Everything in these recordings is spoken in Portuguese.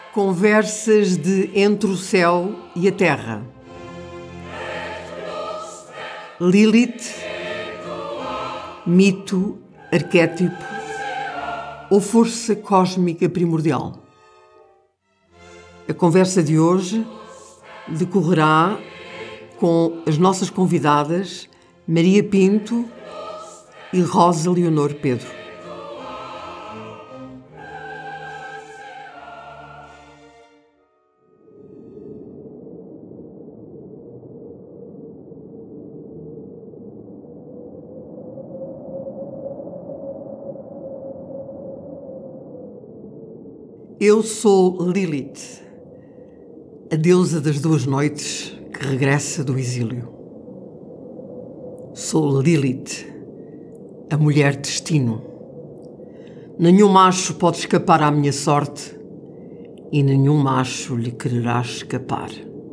Conversas de entre o céu e a terra. Lilith, mito, arquétipo ou força cósmica primordial. A conversa de hoje decorrerá com as nossas convidadas Maria Pinto e Rosa Leonor Pedro. Eu sou Lilith, a deusa das duas noites que regressa do exílio. Sou Lilith, a mulher destino. Nenhum macho pode escapar à minha sorte e nenhum macho lhe quererá escapar.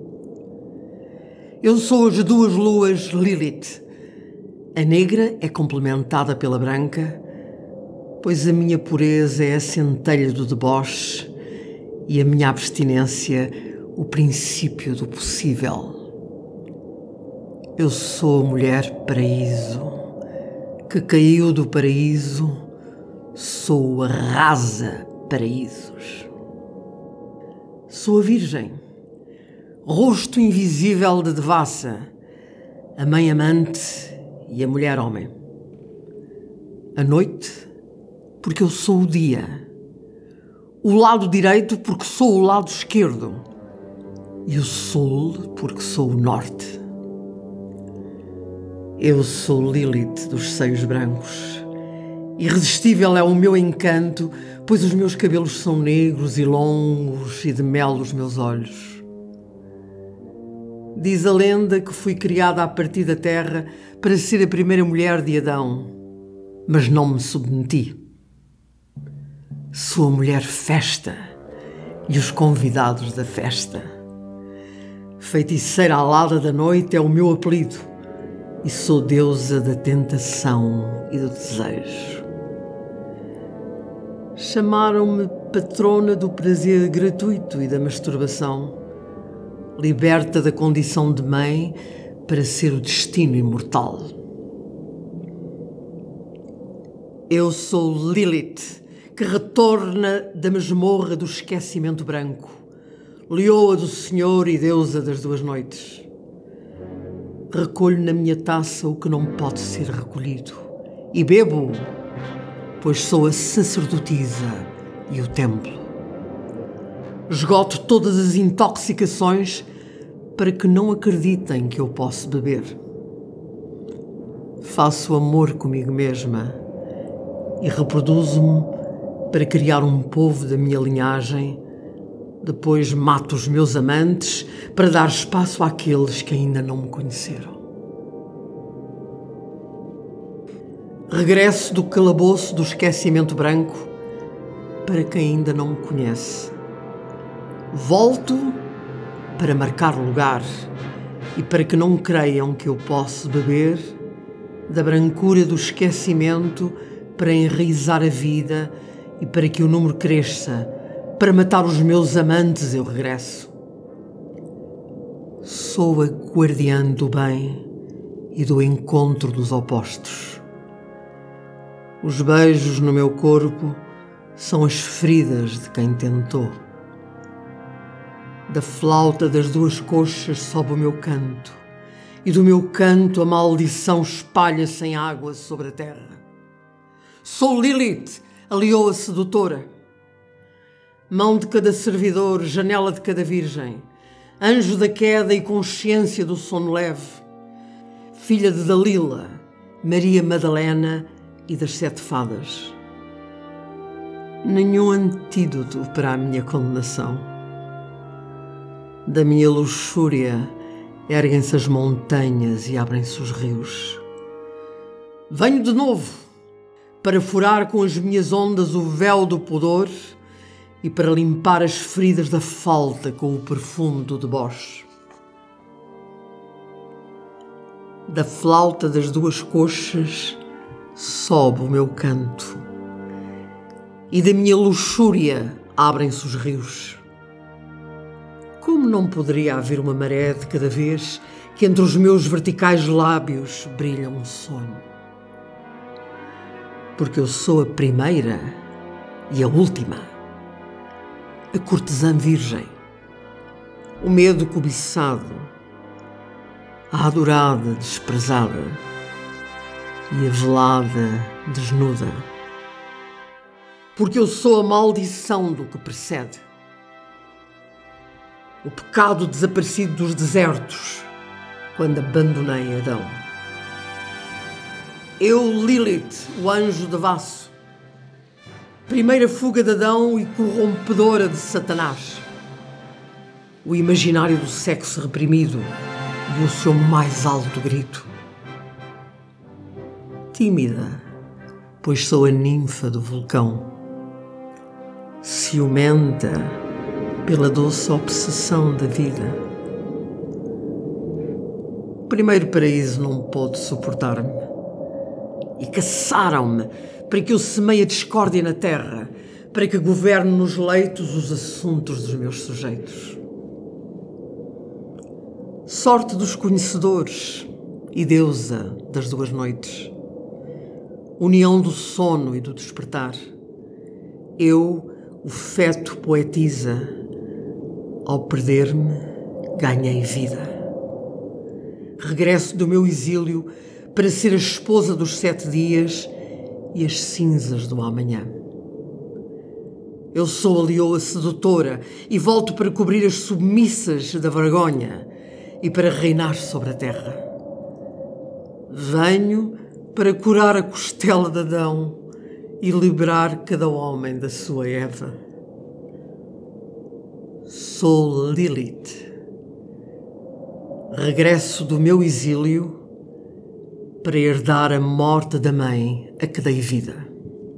Eu sou as duas luas Lilith. A negra é complementada pela branca, pois a minha pureza é a centelha do deboche e a minha abstinência o princípio do possível. Eu sou a mulher paraíso, que caiu do paraíso, sou a rasa paraísos. Sou a virgem, rosto invisível de devassa, a mãe amante e a mulher homem. A noite, porque eu sou o dia. O lado direito, porque sou o lado esquerdo. E o sol, porque sou o norte. Eu sou Lilith dos seios brancos. Irresistível é o meu encanto, pois os meus cabelos são negros e longos e de mel os meus olhos. Diz a lenda que fui criada a partir da terra para ser a primeira mulher de Adão, mas não me submeti. Sou a mulher festa e os convidados da festa. Feiticeira alada da noite é o meu apelido e sou deusa da tentação e do desejo. Chamaram-me patrona do prazer gratuito e da masturbação, liberta da condição de mãe para ser o destino imortal. Eu sou Lilith, que retorna da masmorra do esquecimento branco, leoa do Senhor e deusa das duas noites. Recolho na minha taça o que não pode ser recolhido e bebo, pois sou a sacerdotisa e o templo. Esgoto todas as intoxicações para que não acreditem que eu posso beber. Faço amor comigo mesma e reproduzo-me para criar um povo da minha linhagem. Depois mato os meus amantes para dar espaço àqueles que ainda não me conheceram. Regresso do calabouço do esquecimento branco para quem ainda não me conhece. Volto para marcar lugar e para que não creiam que eu posso beber da brancura do esquecimento para enraizar a vida e para que o número cresça. Para matar os meus amantes eu regresso. Sou a guardiã do bem e do encontro dos opostos. Os beijos no meu corpo são as feridas de quem tentou. Da flauta das duas coxas sobe o meu canto, e do meu canto a maldição espalha-se em água sobre a terra. Sou Lilith, a leoa sedutora. Mão de cada servidor, janela de cada virgem, anjo da queda e consciência do sono leve, filha de Dalila, Maria Madalena e das sete fadas. Nenhum antídoto para a minha condenação. Da minha luxúria erguem-se as montanhas e abrem-se os rios. Venho de novo para furar com as minhas ondas o véu do pudor e para limpar as feridas da falta com o perfume do deboche. Da flauta das duas coxas sobe o meu canto, e da minha luxúria abrem-se os rios. Como não poderia haver uma maré de cada vez que entre os meus verticais lábios brilha um sonho? Porque eu sou a primeira e a última, a cortesã virgem, o medo cobiçado, a adorada desprezada e a velada desnuda. Porque eu sou a maldição do que precede, o pecado desaparecido dos desertos, quando abandonei Adão. Eu, Lilith, o anjo devasso, primeira fuga de Adão e corrompedora de Satanás, o imaginário do sexo reprimido e o seu mais alto grito. Tímida, pois sou a ninfa do vulcão, ciumenta pela doce obsessão da vida. O primeiro paraíso não pôde suportar-me e caçaram-me para que eu semeie a discórdia na terra, para que governe nos leitos os assuntos dos meus sujeitos. Sorte dos conhecedores e deusa das duas noites, união do sono e do despertar. Eu, o feto poetisa, ao perder-me, ganhei vida. Regresso do meu exílio para ser a esposa dos 7 dias e as cinzas do amanhã. Eu sou a leoa sedutora e volto para cobrir as submissas da vergonha e para reinar sobre a terra. Venho para curar a costela de Adão e liberar cada homem da sua Eva. Sou Lilith. Regresso do meu exílio para herdar a morte da mãe a que dei vida.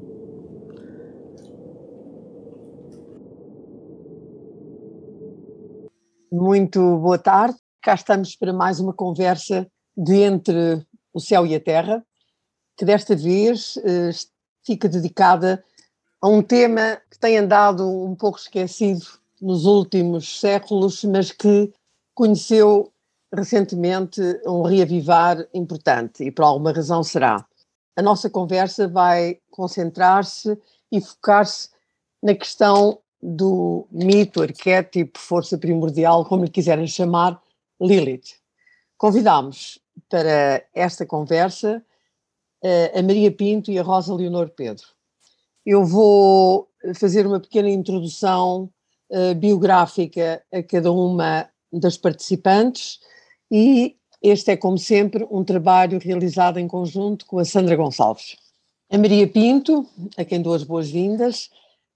Muito boa tarde. Cá estamos para mais uma conversa de Entre o Céu e a Terra, que desta vez fica dedicada a um tema que tem andado um pouco esquecido nos últimos séculos, mas que conheceu recentemente um reavivar importante, e por alguma razão será. A nossa conversa vai concentrar-se e focar-se na questão do mito, arquétipo, força primordial, como lhe quiserem chamar, Lilith. Convidámos para esta conversa a Maria Pinto e a Rosa Leonor Pedro. Eu vou fazer uma pequena introdução biográfica a cada uma das participantes e este é, como sempre, um trabalho realizado em conjunto com a Sandra Gonçalves. A Maria Pinto, a quem dou as boas-vindas,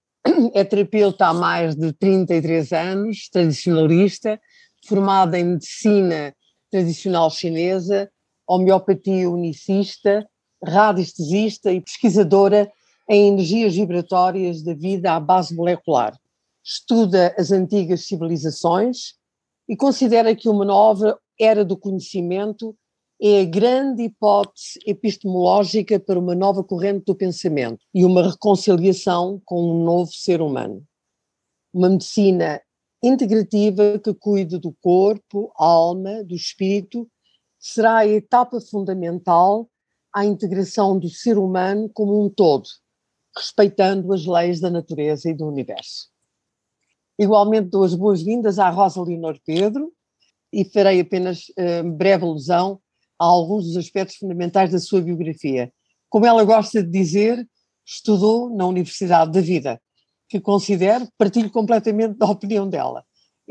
é terapeuta há mais de 33 anos, tradicionalista, formada em medicina tradicional chinesa, homeopatia unicista, radiestesista e pesquisadora em energias vibratórias da vida à base molecular. Estuda as antigas civilizações e considera que uma nova era do conhecimento é a grande hipótese epistemológica para uma nova corrente do pensamento e uma reconciliação com um novo ser humano. Uma medicina integrativa que cuide do corpo, alma, do espírito, será a etapa fundamental à integração do ser humano como um todo, respeitando as leis da natureza e do universo. Igualmente dou as boas-vindas à Rosa Leonor Pedro e farei apenas breve alusão a alguns dos aspectos fundamentais da sua biografia. Como ela gosta de dizer, estudou na Universidade da Vida, que considero, partilho completamente da opinião dela.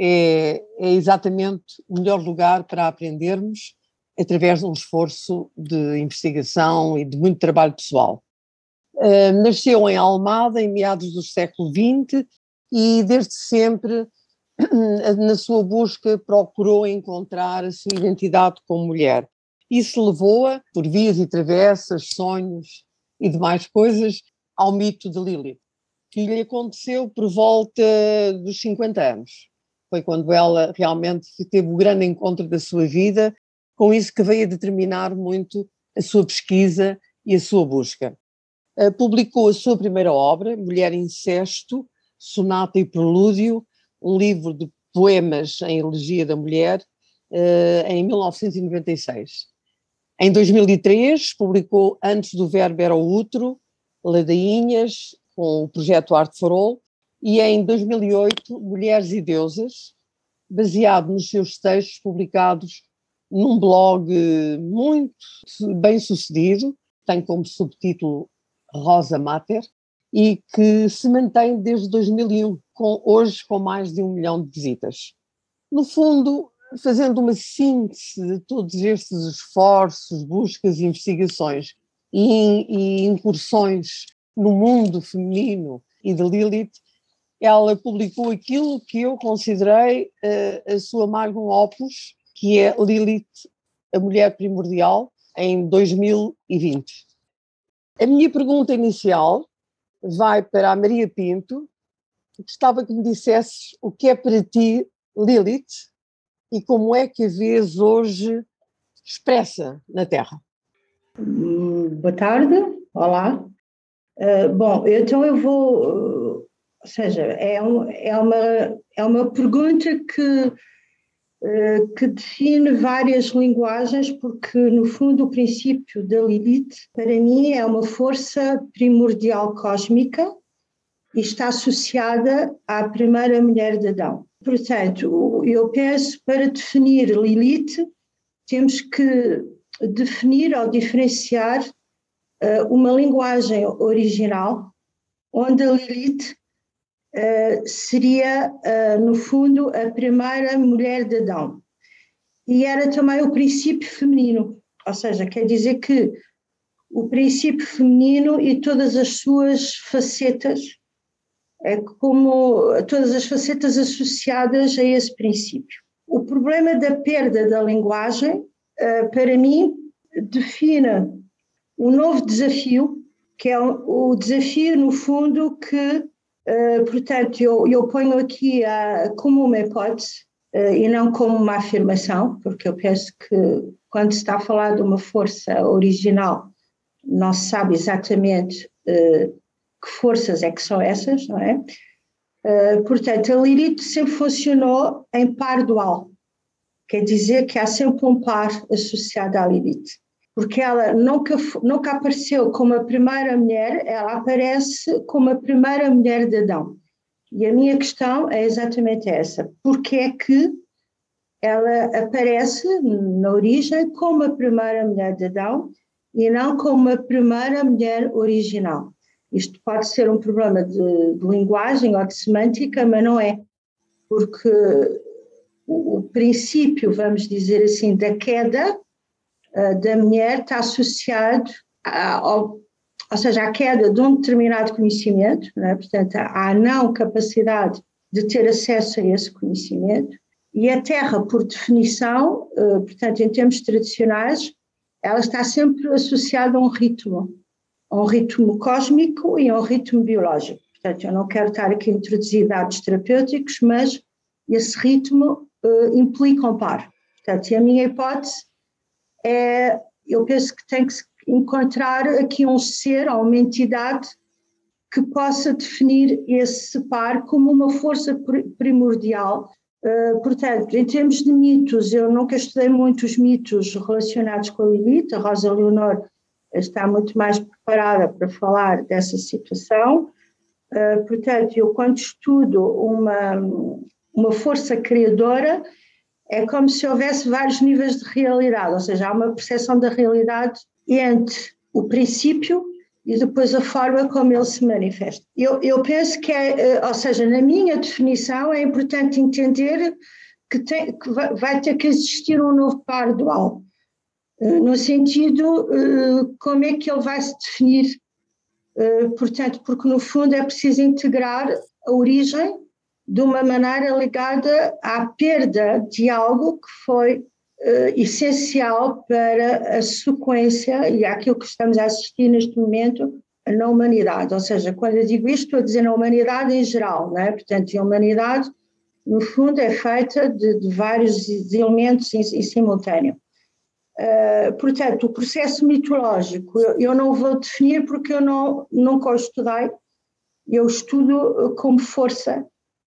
É exatamente o melhor lugar para aprendermos através de um esforço de investigação e de muito trabalho pessoal. Nasceu em Almada em meados do século XX e desde sempre na sua busca procurou encontrar a sua identidade como mulher. Isso levou-a, por vias e travessas, sonhos e demais coisas, ao mito de Lilith, que lhe aconteceu por volta dos 50 anos. Foi quando ela realmente teve o grande encontro da sua vida, com isso que veio a determinar muito a sua pesquisa e a sua busca. Publicou a sua primeira obra, Mulher Incesto, Sonata e Prelúdio, um livro de poemas em elegia da mulher em 1996. Em 2003 publicou Antes do Verbo era o Útero, Ladainhas, com o projeto Art for All, e em 2008 Mulheres e Deusas, baseado nos seus textos publicados num blog muito bem sucedido, tem como subtítulo Rosa Mater, e que se mantém desde 2001, hoje com mais de 1 milhão de visitas. No fundo, fazendo uma síntese de todos estes esforços, buscas e investigações e incursões no mundo feminino e de Lilith, ela publicou aquilo que eu considerei a sua magnum opus, que é Lilith, a Mulher Primordial, em 2020. A minha pergunta inicial vai para a Maria Pinto. Gostava que me dissesses o que é para ti Lilith e como é que a vês hoje expressa na Terra. Boa tarde, olá. Bom, então eu vou, ou seja, é uma pergunta que define várias linguagens, porque no fundo o princípio da Lilith, para mim, é uma força primordial cósmica e está associada à primeira mulher de Adão. Portanto, eu penso, para definir Lilith, temos que definir ou diferenciar uma linguagem original, onde a Lilith seria, no fundo, a primeira mulher de Adão. E era também o princípio feminino, ou seja, quer dizer que o princípio feminino e todas as suas facetas, como todas as facetas associadas a esse princípio. O problema da perda da linguagem, para mim, define um novo desafio, que é o desafio, no fundo, que, portanto, eu ponho aqui como uma hipótese e não como uma afirmação, porque eu penso que quando se está a falar de uma força original, não se sabe exatamente que forças é que são essas, não é? Portanto, a Lilith sempre funcionou em par dual, quer dizer que há sempre um par associado à Lilith, porque ela nunca apareceu como a primeira mulher, ela aparece como a primeira mulher de Adão. E a minha questão é exatamente essa: porque é que ela aparece na origem como a primeira mulher de Adão e não como a primeira mulher original? Isto pode ser um problema de linguagem ou de semântica, mas não é, porque o princípio, vamos dizer assim, da queda da mulher está associado ou seja, à queda de um determinado conhecimento, não é? Portanto, à não capacidade de ter acesso a esse conhecimento, e a Terra, por definição, portanto, em termos tradicionais, ela está sempre associada a um ritmo cósmico e a um ritmo biológico. Portanto, eu não quero estar aqui a introduzir dados terapêuticos, mas esse ritmo implica um par. Portanto, e a minha hipótese é, eu penso que tem que se encontrar aqui um ser ou uma entidade que possa definir esse par como uma força primordial. Portanto, em termos de mitos, eu nunca estudei muito os mitos relacionados com a Lilith. A Rosa Leonor está muito mais preparada para falar dessa situação. Portanto, eu quando estudo uma força criadora, é como se houvesse vários níveis de realidade, ou seja, há uma percepção da realidade entre o princípio e depois a forma como ele se manifesta. Eu penso que ou seja, na minha definição é importante entender que vai ter que existir um novo par dual, no sentido como é que ele vai se definir, portanto, porque no fundo é preciso integrar a origem de uma maneira ligada à perda de algo que foi essencial para a sequência e àquilo que estamos a assistir neste momento na humanidade. Ou seja, quando eu digo isto, estou a dizer na humanidade em geral, não é? Portanto, a humanidade, no fundo, é feita de vários elementos em simultâneo. Portanto, o processo mitológico eu não vou definir porque eu nunca o estudei. Eu estudo como força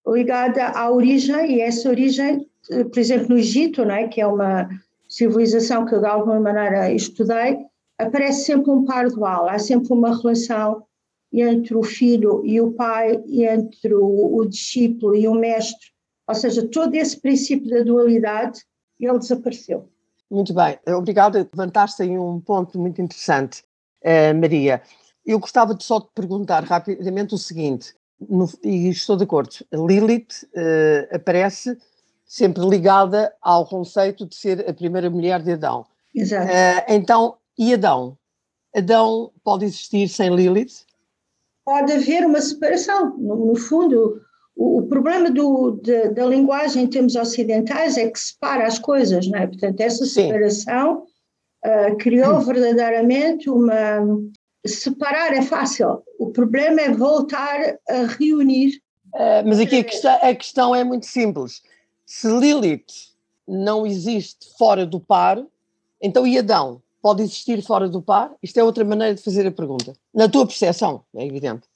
ligada à origem, e essa origem, por exemplo, no Egito, não é? Que é uma civilização que eu de alguma maneira estudei, aparece sempre um par dual, há sempre uma relação entre o filho e o pai, e entre o discípulo e o mestre, ou seja, todo esse princípio da dualidade, ele desapareceu. Muito bem, obrigada. Levantaste aí um ponto muito interessante, Maria. Eu gostava só de perguntar rapidamente o seguinte, e estou de acordo, Lilith aparece sempre ligada ao conceito de ser a primeira mulher de Adão. Exato. Então, e Adão? Adão pode existir sem Lilith? Pode haver uma separação. No fundo, o problema da linguagem em termos ocidentais é que separa as coisas, não é? Portanto, essa separação criou verdadeiramente uma... Separar é fácil, o problema é voltar a reunir. Mas aqui a questão é muito simples. Se Lilith não existe fora do par, então e Adão pode existir fora do par? Isto é outra maneira de fazer a pergunta. Na tua percepção, é evidente.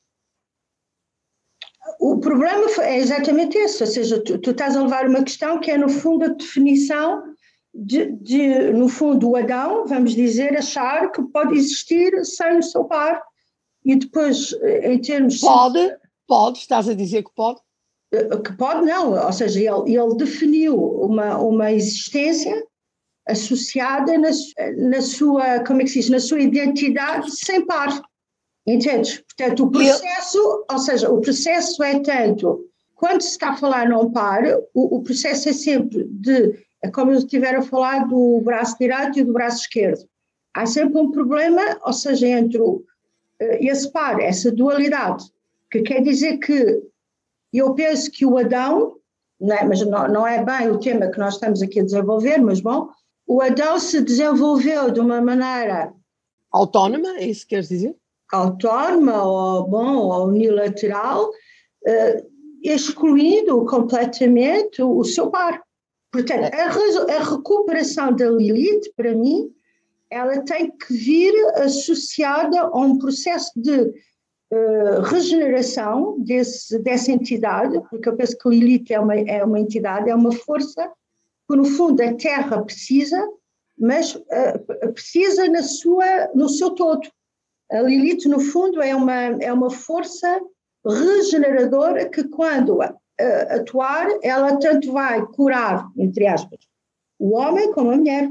O problema é exatamente esse, ou seja, tu estás a levar uma questão que é, no fundo, a definição no fundo, o Adão, vamos dizer, achar que pode existir sem o seu par, e depois, em termos... Pode, estás a dizer que pode? Que pode não, ou seja, ele definiu uma existência associada na sua, como é que se diz, na sua identidade sem par, entendes? Portanto, o processo, ou seja, o processo é tanto, quando se está a falar num par, o processo é sempre é como eu estiver a falar do braço direito e do braço esquerdo. Há sempre um problema, ou seja, entre esse par, essa dualidade, que quer dizer que eu penso que o Adão, não é, mas não é bem o tema que nós estamos aqui a desenvolver, mas bom, o Adão se desenvolveu de uma maneira... Autónoma, é isso que queres dizer? Autónoma ou unilateral, excluindo completamente o seu par. Portanto, a recuperação da Lilith, para mim, ela tem que vir associada a um processo de regeneração dessa entidade, porque eu penso que Lilith é uma entidade, é uma força que, no fundo, a Terra precisa, mas precisa no seu todo. A Lilith, no fundo, é uma força regeneradora que, quando atuar, ela tanto vai curar, entre aspas, o homem como a mulher.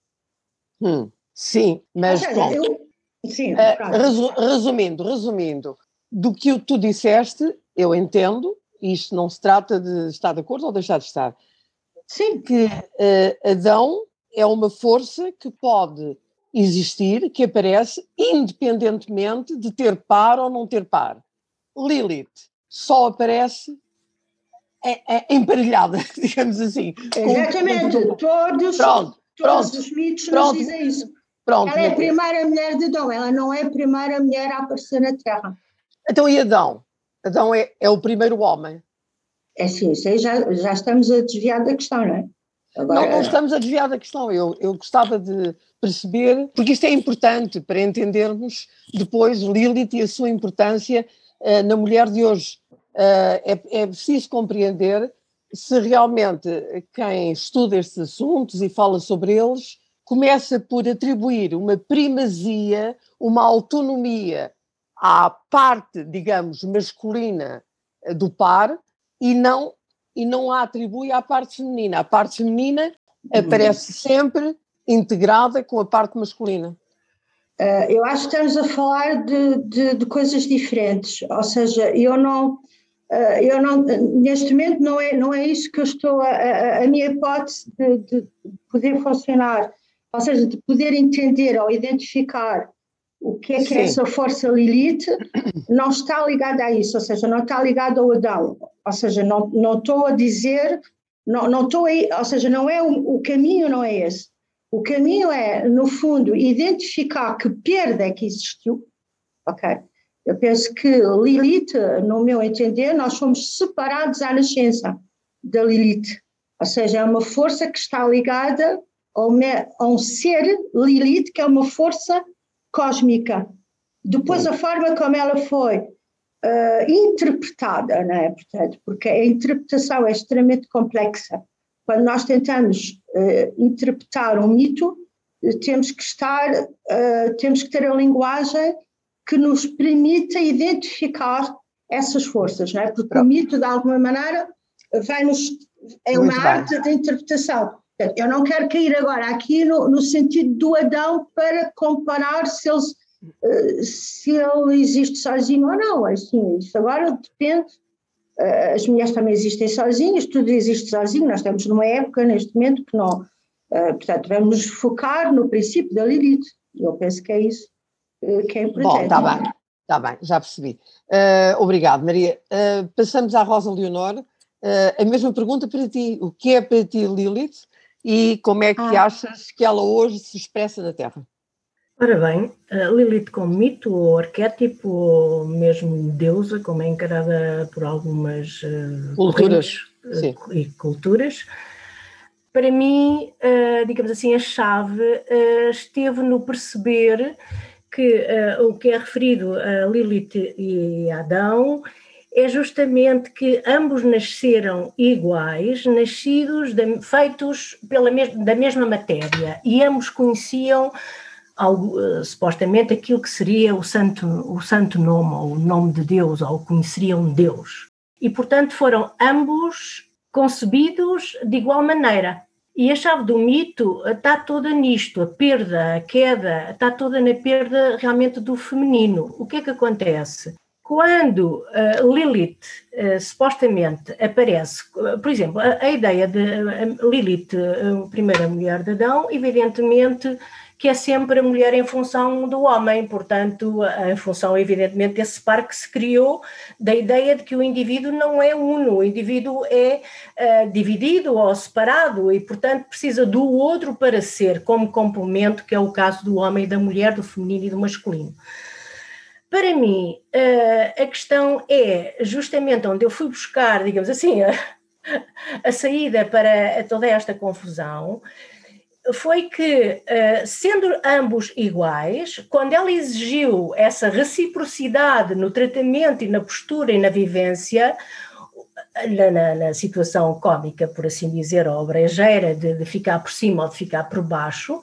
Sim, mas resumindo, do que tu disseste, eu entendo, isto não se trata de estar de acordo ou deixar de estar. Sim. Que Adão é uma força que pode existir, que aparece independentemente de ter par ou não ter par. Lilith só aparece emparelhada, digamos assim. Exatamente, todos os mitos nos dizem isso. Ela é a primeira mulher de Adão, ela não é a primeira mulher a aparecer na Terra. Então e Adão? Adão é o primeiro homem. É sim, isso aí já estamos a desviar da questão, não é? Agora, não estamos a desviar da questão, eu gostava de perceber, porque isto é importante para entendermos depois Lilith e a sua importância na mulher de hoje. É preciso compreender se realmente quem estuda estes assuntos e fala sobre eles começa por atribuir uma primazia, uma autonomia à parte, digamos, masculina do par e não a atribui à parte feminina. A parte feminina aparece sempre integrada com a parte masculina. Eu acho que estamos a falar de coisas diferentes, ou seja, eu não neste momento não é isso que eu estou, a minha hipótese de poder funcionar, ou seja, de poder entender ou identificar o que é essa força Lilith, não está ligada a isso, ou seja, não está ligada ao Adão, ou seja, não estou a dizer, não estou aí, ou seja, não é o caminho, não é esse. O caminho é, no fundo, identificar que perda é que existiu, ok? Eu penso que Lilith, no meu entender, nós somos separados à nascença da Lilith, ou seja, é uma força que está ligada a um ser Lilith, que é uma força cósmica. Depois a forma como ela foi interpretada, não é? Portanto, porque a interpretação é extremamente complexa. Quando nós tentamos interpretar um mito, temos que ter a linguagem que nos permita identificar essas forças, não é? Porque o mito, de alguma maneira, é uma arte de interpretação. Portanto, eu não quero cair agora aqui no sentido do Adão para comparar se ele existe sozinho ou não. Assim, isso agora depende. As mulheres também existem sozinhas, tudo existe sozinho. Nós estamos numa época, neste momento, que não. Portanto, vamos focar no princípio da Lilith. Eu penso que é isso que é importante. Bom, está bem, já percebi. Obrigado, Maria. Passamos à Rosa Leonor. A mesma pergunta para ti. O que é para ti Lilith e como é que achas que ela hoje se expressa na Terra? Ora bem, Lilith como mito ou arquétipo ou mesmo deusa, como é encarada por algumas culturas e culturas, para mim, digamos assim, a chave esteve no perceber que o que é referido a Lilith e a Adão é justamente que ambos nasceram iguais, feitos da mesma matéria, e ambos conheciam supostamente aquilo que seria o santo nome, ou o nome de Deus, ou conheceriam Deus. E, portanto, foram ambos concebidos de igual maneira. E a chave do mito está toda nisto, a perda, a queda, está toda na perda realmente do feminino. O que é que acontece? Quando Lilith supostamente aparece, por exemplo, a ideia de Lilith, a primeira mulher de Adão, evidentemente que é sempre a mulher em função do homem, portanto, em função, evidentemente, desse par que se criou, da ideia de que o indivíduo não é uno, o indivíduo é dividido ou separado e, portanto, precisa do outro para ser, como complemento, que é o caso do homem e da mulher, do feminino e do masculino. Para mim, a questão é justamente onde eu fui buscar, digamos assim, a saída para toda esta confusão, foi que, sendo ambos iguais, quando ela exigiu essa reciprocidade no tratamento e na postura e na vivência, na situação cómica, por assim dizer, ou brejeira, de ficar por cima ou de ficar por baixo,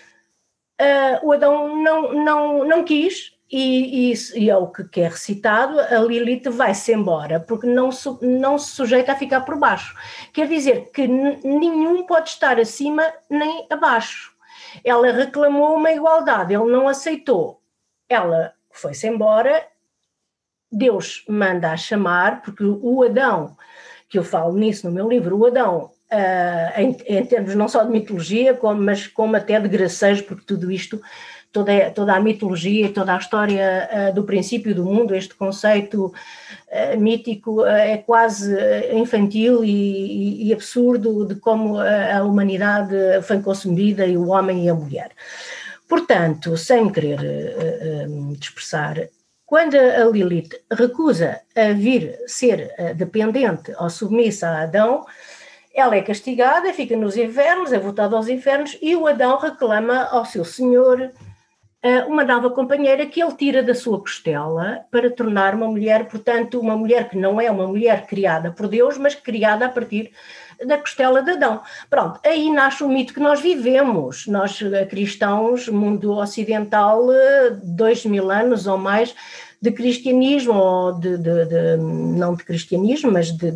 o Adão não quis, e é o que é recitado, a Lilith vai-se embora, porque não se sujeita a ficar por baixo. Quer dizer que nenhum pode estar acima nem abaixo. Ela reclamou uma igualdade, ele não aceitou. Ela foi-se embora, Deus manda a chamar, porque o Adão, que eu falo nisso no meu livro, o Adão, em termos não só de mitologia, mas como até de gracejos, porque tudo isto, toda a mitologia, toda a história do princípio do mundo, este conceito mítico é quase infantil e absurdo de como a humanidade foi concebida, e o homem e a mulher. Portanto, sem me querer dispersar, quando a Lilith recusa a vir ser dependente ou submissa a Adão, ela é castigada, fica nos infernos, é votada aos infernos, e o Adão reclama ao seu senhor uma nova companheira que ele tira da sua costela para tornar uma mulher, portanto, uma mulher que não é uma mulher criada por Deus, mas criada a partir da costela de Adão. Pronto, aí nasce o mito que nós vivemos, nós cristãos, mundo ocidental, 2000 anos ou mais de cristianismo, ou não de cristianismo, mas de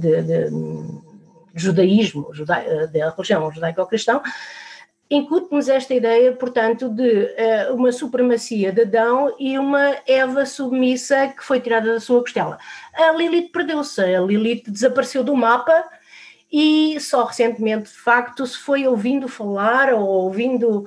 judaísmo, da religião judaico-cristã, incute-nos esta ideia, portanto, de uma supremacia de Adão e uma Eva submissa que foi tirada da sua costela. A Lilith perdeu-se, a Lilith desapareceu do mapa e só recentemente, de facto, se foi ouvindo falar ou ouvindo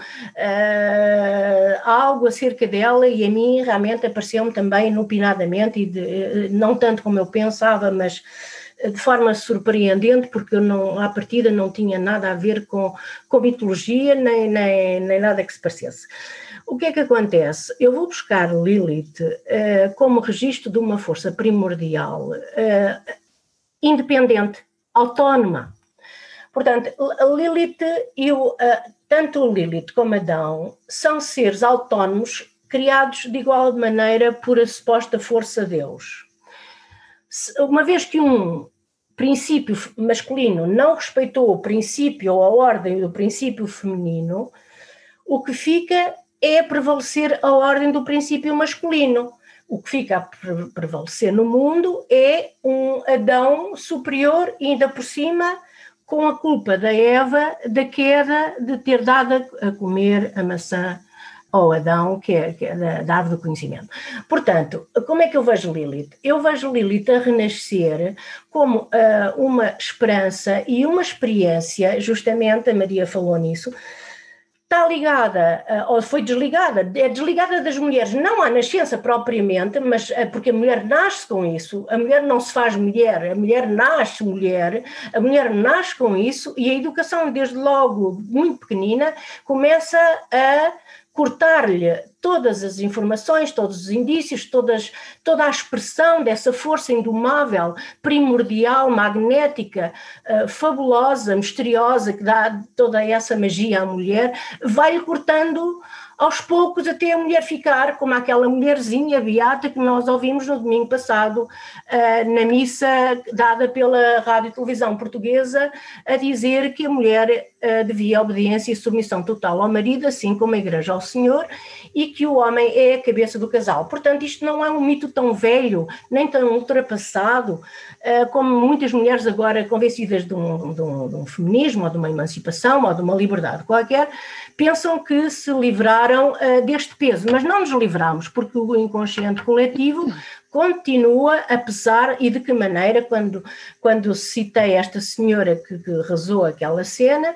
algo acerca dela, e a mim realmente apareceu-me também inopinadamente, e não tanto como eu pensava, mas de forma surpreendente, porque eu à partida não tinha nada a ver com mitologia, nem nada que se parecesse. O que é que acontece? Eu vou buscar Lilith como registro de uma força primordial, independente, autónoma. Portanto, Lilith tanto Lilith como Adão são seres autónomos criados de igual maneira por a suposta força Deus. Uma vez que um princípio masculino não respeitou o princípio ou a ordem do princípio feminino, o que fica é prevalecer a ordem do princípio masculino. O que fica a prevalecer no mundo é um Adão superior e ainda por cima com a culpa da Eva da queda de ter dado a comer a maçã ao Adão, que é da árvore do conhecimento. Portanto, como é que eu vejo Lilith? Eu vejo Lilith a renascer como uma esperança e uma experiência, justamente a Maria falou nisso, está ligada, ou foi desligada, é desligada das mulheres, não à nascença propriamente, mas porque a mulher nasce com isso, a mulher não se faz mulher, a mulher nasce mulher, a mulher nasce com isso e a educação, desde logo, muito pequenina, começa a cortar-lhe todas as informações, todos os indícios, toda a expressão dessa força indomável, primordial, magnética, fabulosa, misteriosa, que dá toda essa magia à mulher, vai-lhe cortando aos poucos até a mulher ficar como aquela mulherzinha beata que nós ouvimos no domingo passado na missa dada pela Rádio e Televisão Portuguesa, a dizer que a mulher devia obediência e submissão total ao marido, assim como a Igreja ao Senhor, e que o homem é a cabeça do casal. Portanto, isto não é um mito tão velho, nem tão ultrapassado, como muitas mulheres agora convencidas de um feminismo, ou de uma emancipação, ou de uma liberdade qualquer, pensam que se livraram deste peso, mas não nos livramos, porque o inconsciente coletivo continua a pesar. E de que maneira? Quando citei esta senhora que rezou aquela cena,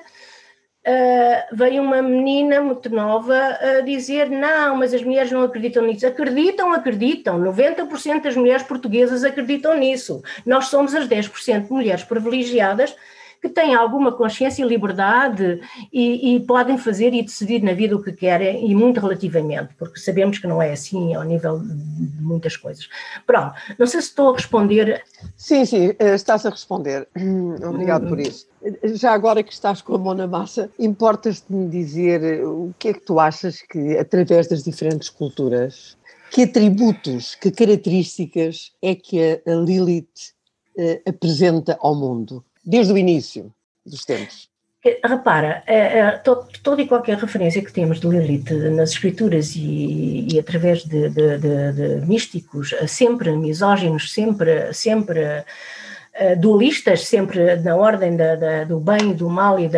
veio uma menina muito nova a dizer: não, mas as mulheres não acreditam nisso. Acreditam, 90% das mulheres portuguesas acreditam nisso. Nós somos as 10% de mulheres privilegiadas que têm alguma consciência e liberdade e podem fazer e decidir na vida o que querem, e muito relativamente, porque sabemos que não é assim ao nível de muitas coisas. Pronto, não sei se estou a responder. Sim, estás a responder. Obrigado por isso. Já agora que estás com a mão na massa, importas-te-me dizer o que é que tu achas que, através das diferentes culturas, que atributos, que características é que a Lilith apresenta ao mundo? Desde o início dos tempos. Repara, toda e qualquer referência que temos de Lilith nas escrituras e através de místicos, sempre misóginos, sempre dualistas, sempre na ordem do bem e do mal e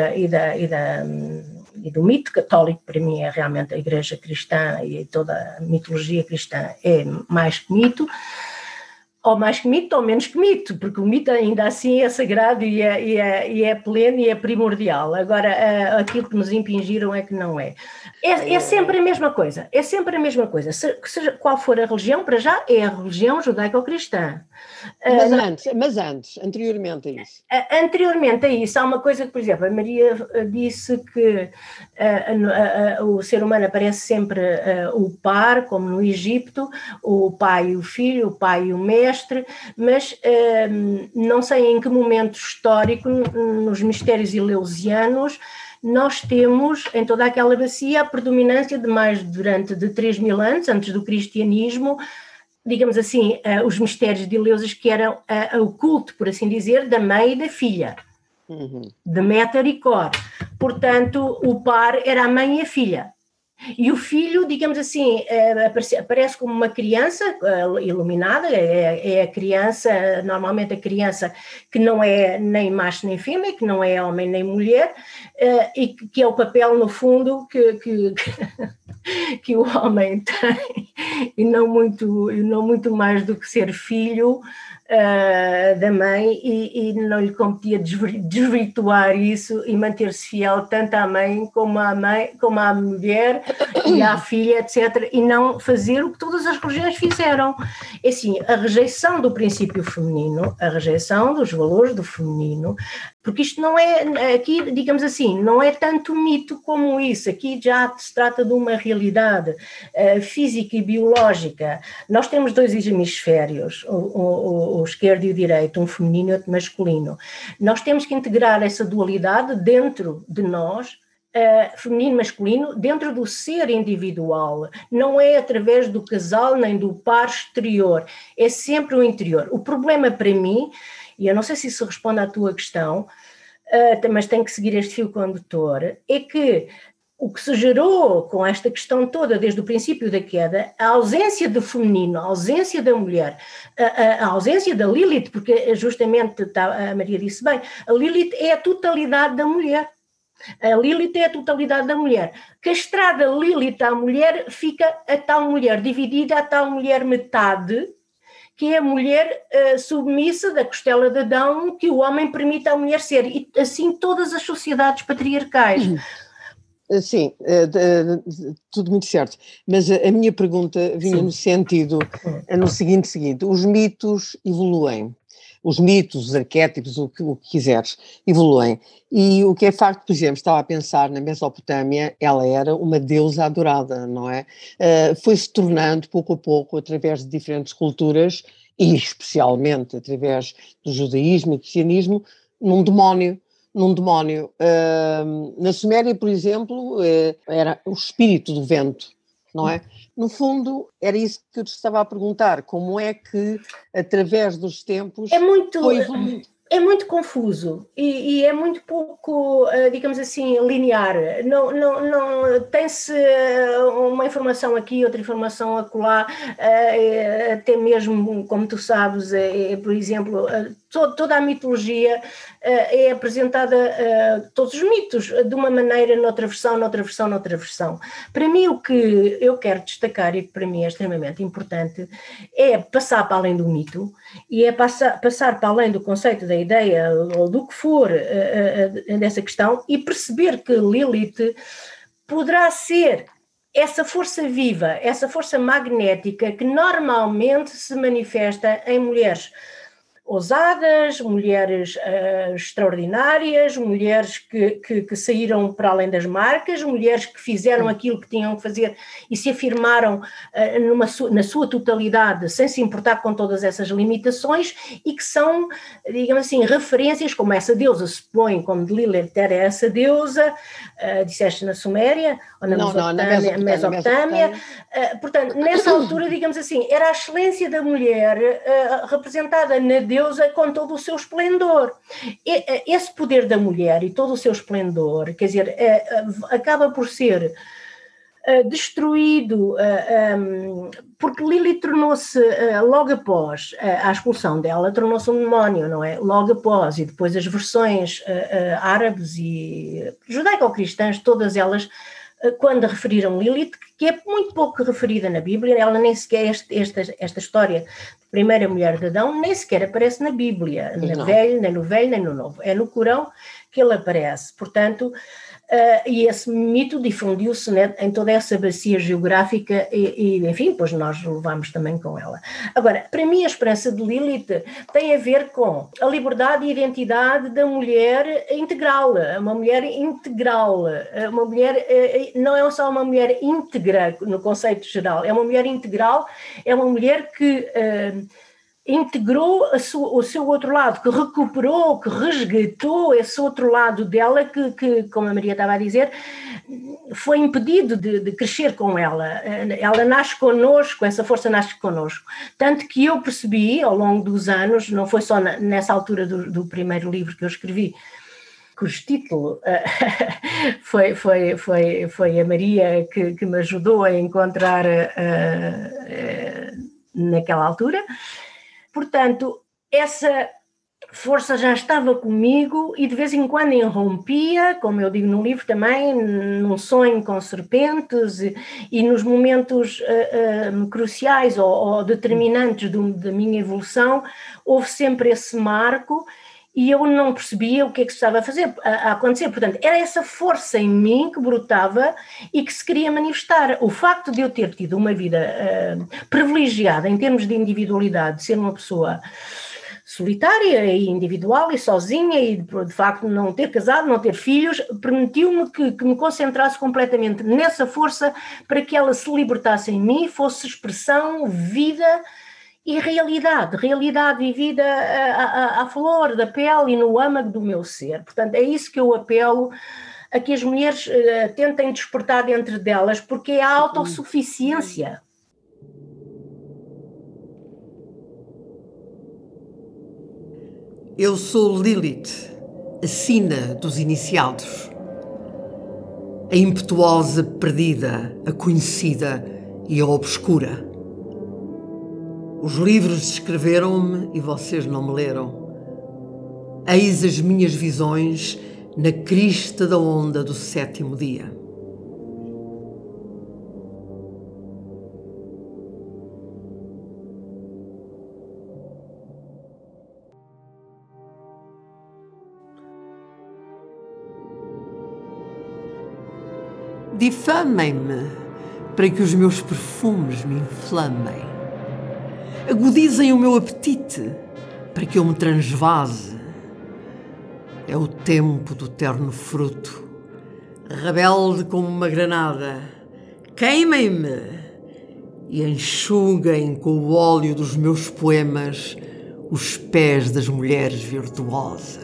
do mito católico. Para mim é realmente a Igreja cristã e toda a mitologia cristã é mais que mito. Ou mais que mito, ou menos que mito, porque o mito ainda assim é sagrado e é pleno e é primordial. Agora, aquilo que nos impingiram é que não é. É sempre a mesma coisa, seja qual for a religião, para já é a religião judaico-cristã. Mas anteriormente a isso. Anteriormente a isso, há uma coisa que, por exemplo, a Maria disse que o ser humano aparece sempre o par, como no Egito, o pai e o filho, o pai e o mestre, mas não sei em que momento histórico, nos mistérios eleusianos, nós temos em toda aquela bacia a predominância de durante 3.000 anos, antes do cristianismo, digamos assim, os mistérios de Eleusis, que eram o culto, por assim dizer, da mãe e da filha, Deméter e Cor. Portanto, o par era a mãe e a filha. E o filho, digamos assim, aparece como uma criança iluminada, é a criança, normalmente a criança que não é nem macho nem fêmea, que não é homem nem mulher, e que é o papel, no fundo, que o homem tem, e não muito mais do que ser filho da mãe, e não lhe competia desvirtuar isso e manter-se fiel tanto à mãe como à mulher e à filha, etc., e não fazer o que todas as religiões fizeram. É assim, a rejeição do princípio feminino, a rejeição dos valores do feminino, porque isto não é, aqui, digamos assim, não é tanto mito como isso, aqui já se trata de uma realidade física e biológica. Nós temos 2 hemisférios, o esquerdo e o direito, um feminino e outro masculino. Nós temos que integrar essa dualidade dentro de nós, feminino, masculino, dentro do ser individual. Não é através do casal nem do par exterior, é sempre o interior. O problema para mim, e eu não sei se isso responde à tua questão, mas tenho que seguir este fio condutor, é que o que se gerou com esta questão toda, desde o princípio da queda, a ausência do feminino, a ausência da mulher, a ausência da Lilith, porque justamente a Maria disse bem, a Lilith é a totalidade da mulher. A Lilith é a totalidade da mulher. Castrada Lilith à mulher, fica a tal mulher, dividida a tal mulher metade, que é a mulher submissa da costela de Adão, que o homem permite à mulher ser. E assim todas as sociedades patriarcais. Sim, tudo muito certo, mas a minha pergunta vinha no sentido, no seguinte, os mitos evoluem, os mitos, os arquétipos, o que quiseres, evoluem, e o que é facto, por exemplo, estava a pensar na Mesopotâmia, ela era uma deusa adorada, não é? Foi-se tornando pouco a pouco, através de diferentes culturas, e especialmente através do judaísmo e cristianismo, num demónio. Na Suméria, por exemplo, era o espírito do vento, não é? No fundo, era isso que eu te estava a perguntar, como é que, através dos tempos, foi evoluindo? É muito confuso e é muito pouco, digamos assim, linear. Não, tem-se uma informação aqui, outra informação acolá, até mesmo, como tu sabes, por exemplo, toda a mitologia é apresentada, todos os mitos, de uma maneira, noutra versão. Para mim, o que eu quero destacar, e que para mim é extremamente importante, é passar para além do mito e é passar para além do conceito da ideia ou do que for dessa questão e perceber que Lilith poderá ser essa força viva, essa força magnética que normalmente se manifesta em mulheres ousadas, mulheres extraordinárias, mulheres que saíram para além das marcas, mulheres que fizeram aquilo que tinham que fazer e se afirmaram na sua totalidade, sem se importar com todas essas limitações e que são, digamos assim, referências, como essa deusa se põe, como de Lilith era essa deusa, disseste na Suméria, ou na Mesopotâmia. Portanto, nessa altura, digamos assim, era a excelência da mulher representada na deusa com todo o seu esplendor. Esse poder da mulher e todo o seu esplendor, quer dizer, acaba por ser destruído, porque Lilith tornou-se, logo após a expulsão dela, tornou-se um demónio, não é? Logo após, e depois as versões árabes e judaico-cristãs, todas elas, quando referiram Lilith, que é muito pouco referida na Bíblia, ela nem sequer, esta história de primeira mulher de Adão, nem sequer aparece na Bíblia, nem no Velho, nem no Novo. É no Corão que ele aparece. Portanto, e esse mito difundiu-se, né, em toda essa bacia geográfica e, enfim, pois nós levamos também com ela. Agora, para mim a esperança de Lilith tem a ver com a liberdade e identidade da mulher integral, uma mulher não é só uma mulher íntegra no conceito geral, é uma mulher integral, é uma mulher que integrou o seu outro lado, que recuperou, que resgatou esse outro lado dela que, como a Maria estava a dizer, foi impedido de crescer com ela. Ela nasce connosco, essa força nasce connosco. Tanto que eu percebi ao longo dos anos, não foi só nessa altura do primeiro livro que eu escrevi, cujo título foi a Maria que me ajudou a encontrar naquela altura. Portanto, essa força já estava comigo e de vez em quando irrompia, como eu digo no livro também, num sonho com serpentes e nos momentos cruciais ou determinantes da minha evolução, houve sempre esse marco e eu não percebia o que é que estava a acontecer. Portanto, era essa força em mim que brotava e que se queria manifestar. O facto de eu ter tido uma vida privilegiada em termos de individualidade, de ser uma pessoa solitária e individual e sozinha e de facto não ter casado, não ter filhos, permitiu-me que me concentrasse completamente nessa força para que ela se libertasse em mim, fosse expressão, vida e realidade vivida à flor da pele e no âmago do meu ser. Portanto, é isso que eu apelo a que as mulheres tentem despertar dentro delas, porque é a autossuficiência. Eu sou Lilith, a sina dos iniciados. A impetuosa perdida, a conhecida e a obscura. Os livros descreveram-me e vocês não me leram. Eis as minhas visões na crista da onda do 7º dia. Difamem-me para que os meus perfumes me inflamem. Agudizem o meu apetite para que eu me transvase. É o tempo do terno fruto, rebelde como uma granada. Queimem-me e enxuguem com o óleo dos meus poemas os pés das mulheres virtuosas.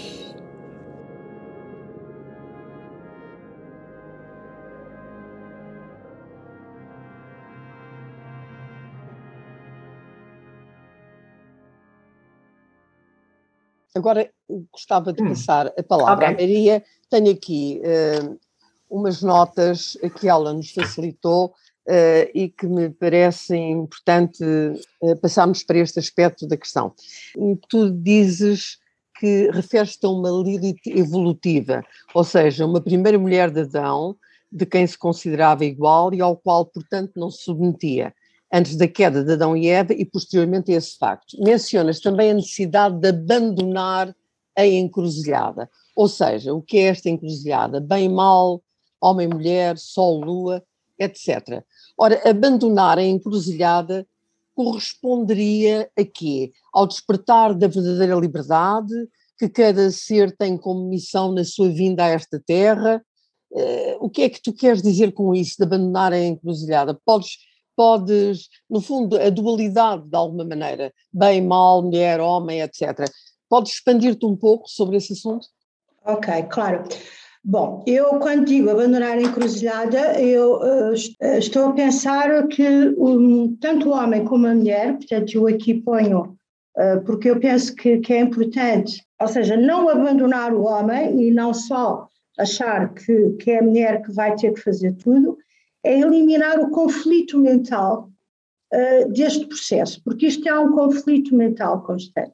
Agora gostava de passar a palavra à Maria. Tenho aqui umas notas que ela nos facilitou e que me parecem importante passarmos para este aspecto da questão. Tu dizes que referes-te a uma Lilith evolutiva, ou seja, uma primeira mulher de Adão, de quem se considerava igual e ao qual, portanto, não se submetia, antes da queda de Adão e Eva e posteriormente a esse facto. Mencionas também a necessidade de abandonar a encruzilhada, ou seja, o que é esta encruzilhada? Bem, mal, homem, mulher, sol, lua, etc. Ora, abandonar a encruzilhada corresponderia a quê? Ao despertar da verdadeira liberdade que cada ser tem como missão na sua vinda a esta terra. O que é que tu queres dizer com isso, de abandonar a encruzilhada? Podes, no fundo, a dualidade de alguma maneira, bem, mal, mulher, homem, etc. Podes expandir-te um pouco sobre esse assunto? Ok, claro. Bom, eu quando digo abandonar a encruzilhada, eu estou a pensar que tanto o homem como a mulher, portanto eu aqui ponho, porque eu penso que é importante, ou seja, não abandonar o homem e não só achar que é a mulher que vai ter que fazer tudo, é eliminar o conflito mental deste processo, porque isto é um conflito mental constante.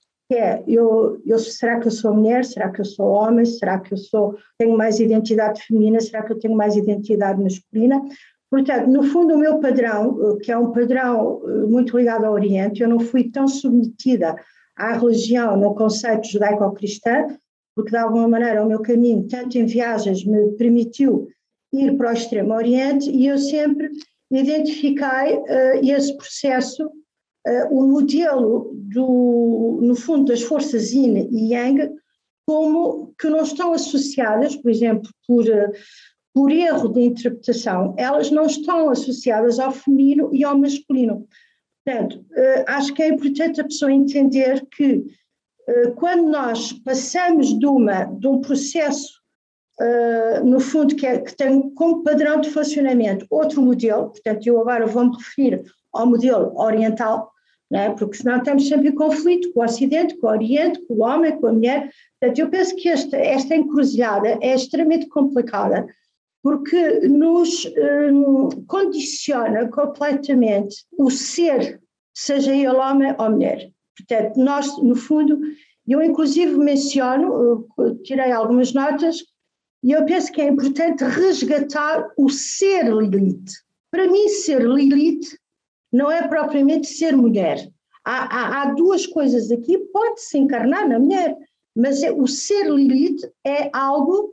Será que eu sou mulher? Será que eu sou homem? Será que tenho mais identidade feminina? Será que eu tenho mais identidade masculina? Portanto, no fundo, o meu padrão, que é um padrão muito ligado ao Oriente, eu não fui tão submetida à religião no conceito judaico-cristão, porque de alguma maneira o meu caminho, tanto em viagens, me permitiu ir para o Extremo Oriente e eu sempre identifiquei esse processo, o modelo no fundo, das forças Yin e Yang, como que não estão associadas, por exemplo, por erro de interpretação, elas não estão associadas ao feminino e ao masculino. Portanto, acho que é importante a pessoa entender que quando nós passamos de um processo, no fundo, que tem como padrão de funcionamento outro modelo, portanto, eu agora vou-me referir ao modelo oriental, não é? Porque senão estamos sempre em conflito com o Ocidente, com o Oriente, com o homem, com a mulher. Portanto, eu penso que esta encruzilhada é extremamente complicada, porque nos condiciona completamente o ser, seja ele homem ou mulher. Portanto, nós, no fundo, eu inclusive menciono, tirei algumas notas, e eu penso que é importante resgatar o ser Lilith. Para mim, ser Lilith não é propriamente ser mulher. Há duas coisas aqui, pode-se encarnar na mulher, mas o ser Lilith é algo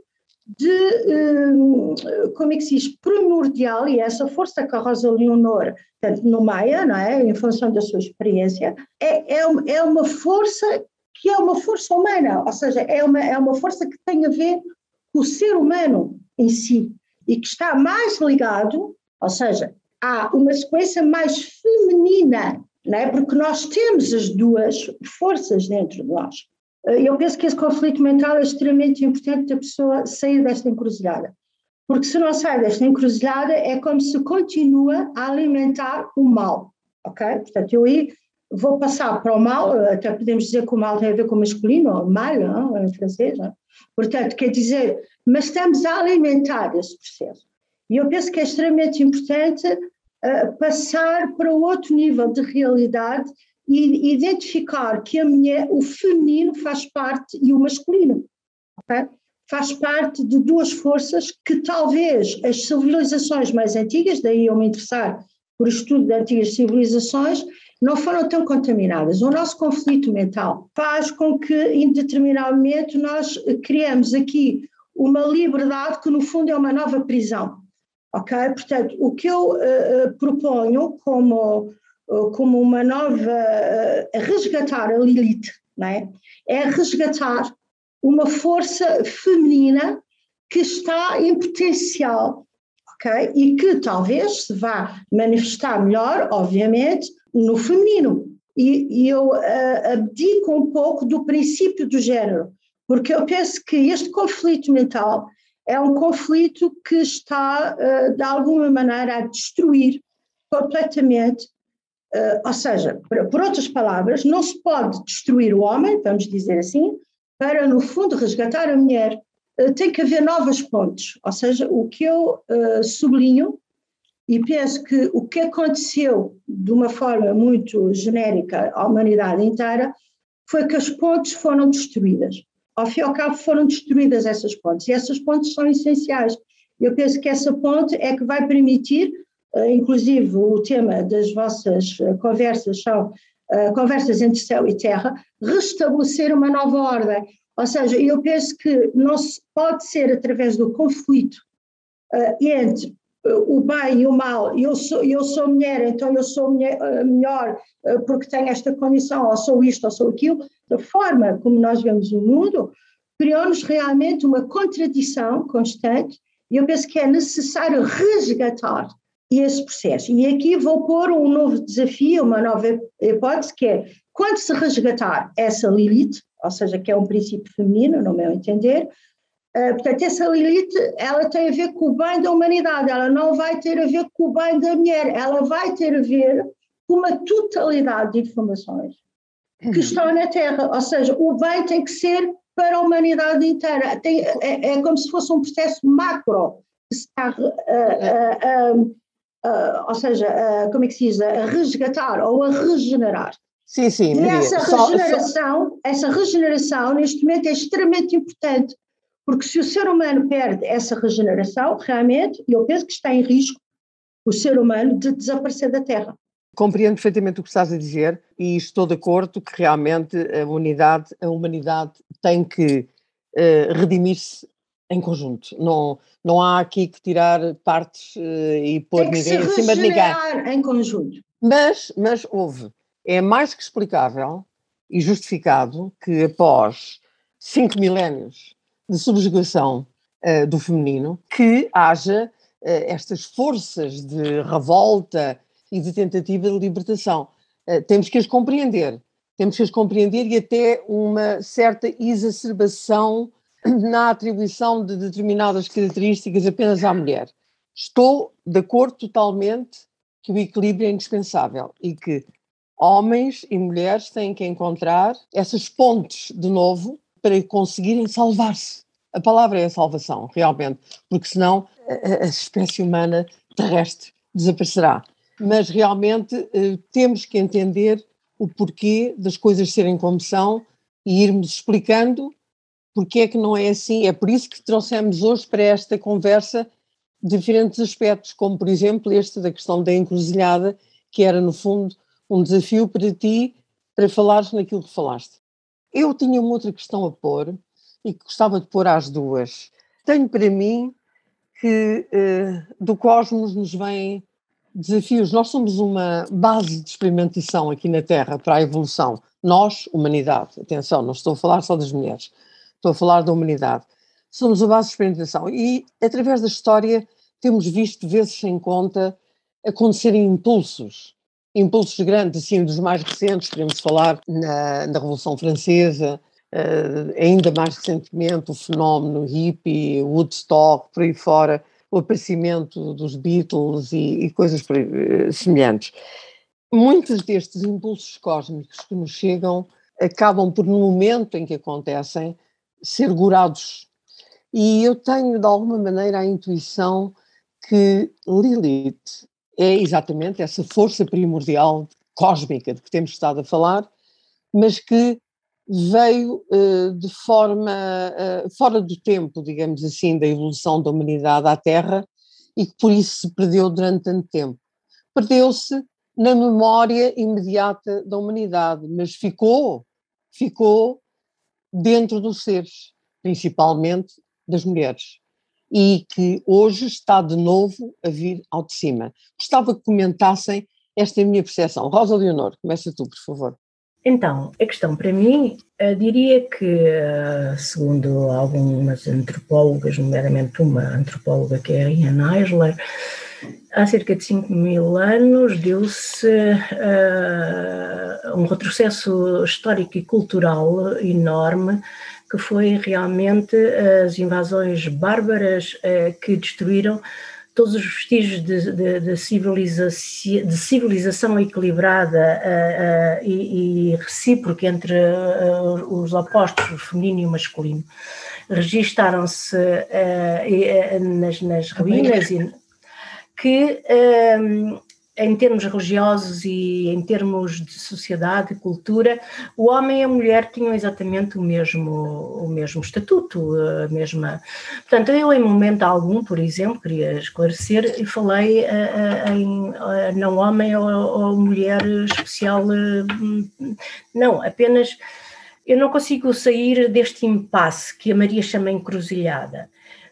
como é que se diz, primordial, e essa força que a Rosa Leonor tanto nomeia, não é, em função da sua experiência, é uma força que é uma força humana, ou seja, é uma força que tem a ver com o ser humano em si, e que está mais ligado, ou seja, há uma sequência mais feminina, não é? Porque nós temos as duas forças dentro de nós. Eu penso que esse conflito mental é extremamente importante da pessoa sair desta encruzilhada. Porque se não sai desta encruzilhada, é como se continua a alimentar o mal, ok? Portanto, eu aí vou passar para o mal, até podemos dizer que o mal tem a ver com o masculino, ou mal, não? Em francês, não? Portanto, quer dizer, mas estamos a alimentar esse processo. E eu penso que é extremamente importante passar para outro nível de realidade e identificar que a mulher, o feminino faz parte e o masculino, ok? Faz parte de duas forças que talvez as civilizações mais antigas, daí eu me interessar por estudo de antigas civilizações, não foram tão contaminadas. O nosso conflito mental faz com que, em determinado momento, nós criamos aqui uma liberdade que, no fundo, é uma nova prisão. Ok? Portanto, o que eu proponho como uma nova, resgatar a Lilith, não é? É resgatar uma força feminina que está em potencial, ok? E que talvez se vá manifestar melhor, obviamente, no feminino. E eu abdico um pouco do princípio do género, porque eu penso que este conflito mental é um conflito que está, de alguma maneira, a destruir completamente, ou seja, por outras palavras, não se pode destruir o homem, vamos dizer assim, para, no fundo, resgatar a mulher. Tem que haver novas pontes, ou seja, o que eu sublinho, e penso que o que aconteceu de uma forma muito genérica à humanidade inteira foi que as pontes foram destruídas. Ao fim e ao cabo foram destruídas essas pontes, e essas pontes são essenciais. Eu penso que essa ponte é que vai permitir, inclusive o tema das vossas conversas são conversas entre céu e terra, restabelecer uma nova ordem. Ou seja, eu penso que não se pode ser através do conflito entre o bem e o mal. Eu sou mulher, então eu sou melhor porque tenho esta condição, ou sou isto, ou sou aquilo. Da forma como nós vemos o mundo, criou-nos realmente uma contradição constante, e eu penso que é necessário resgatar esse processo. E aqui vou pôr um novo desafio, uma nova hipótese, que é, quando se resgatar essa Lilith, ou seja, que é um princípio feminino, no meu entender, portanto, essa Lilith, ela tem a ver com o bem da humanidade, ela não vai ter a ver com o bem da mulher, ela vai ter a ver com uma totalidade de informações que estão na Terra, ou seja, o bem tem que ser para a humanidade inteira, é como se fosse um processo macro, que se está, ou seja, como é que se diz, a resgatar ou a regenerar. Sim, sim, e Maria. essa regeneração, neste momento, é extremamente importante, porque se o ser humano perde essa regeneração, realmente, eu penso que está em risco o ser humano de desaparecer da Terra. Compreendo perfeitamente o que estás a dizer e estou de acordo que realmente a humanidade tem que redimir-se em conjunto. Não há aqui que tirar partes e pôr ninguém em cima de ninguém. Tem que se regenerar em conjunto. Mas é mais que explicável e justificado que após 5 milénios de subjugação do feminino, que haja estas forças de revolta e de tentativa de libertação. Temos que as compreender e até uma certa exacerbação na atribuição de determinadas características apenas à mulher. Estou de acordo totalmente que o equilíbrio é indispensável e que homens e mulheres têm que encontrar essas pontes de novo para conseguirem salvar-se. A palavra é a salvação, realmente, porque senão a espécie humana terrestre desaparecerá. Mas realmente temos que entender o porquê das coisas serem como são e irmos explicando porque é que não é assim. É por isso que trouxemos hoje para esta conversa diferentes aspectos, como por exemplo este da questão da encruzilhada, que era no fundo um desafio para ti, para falares naquilo que falaste. Eu tinha uma outra questão a pôr e que gostava de pôr às duas. Tenho para mim que do cosmos nos vêm desafios. Nós somos uma base de experimentação aqui na Terra para a evolução. Nós, humanidade, atenção, não estou a falar só das mulheres, estou a falar da humanidade. Somos a base de experimentação e, através da história, temos visto, vezes sem conta, acontecerem impulsos grandes, assim, dos mais recentes, podemos falar na Revolução Francesa, ainda mais recentemente o fenómeno hippie, Woodstock, por aí fora, o aparecimento dos Beatles e coisas semelhantes. Muitos destes impulsos cósmicos que nos chegam acabam por, no momento em que acontecem, ser gorados. E eu tenho, de alguma maneira, a intuição que Lilith é exatamente essa força primordial cósmica de que temos estado a falar, mas que veio de forma fora do tempo, digamos assim, da evolução da humanidade à Terra, e que por isso se perdeu durante tanto tempo. Perdeu-se na memória imediata da humanidade, mas ficou dentro dos seres, principalmente das mulheres, e que hoje está de novo a vir ao de cima. Gostava que comentassem esta minha percepção. Rosa Leonor, começa tu, por favor. Então, a questão para mim, diria que, segundo algumas antropólogas, nomeadamente uma antropóloga que é a Ian Eisler, há cerca de 5.000 anos deu-se um retrocesso histórico e cultural enorme, que foi realmente as invasões bárbaras que destruíram todos os vestígios de civilização equilibrada e recíproca entre os opostos, o feminino e o masculino. Registaram-se nas ruínas que, em termos religiosos e em termos de sociedade e cultura, o homem e a mulher tinham exatamente o mesmo estatuto, a mesma... Portanto, eu em momento algum, por exemplo, queria esclarecer, e falei em não homem ou mulher especial, não, apenas eu não consigo sair deste impasse que a Maria chama encruzilhada.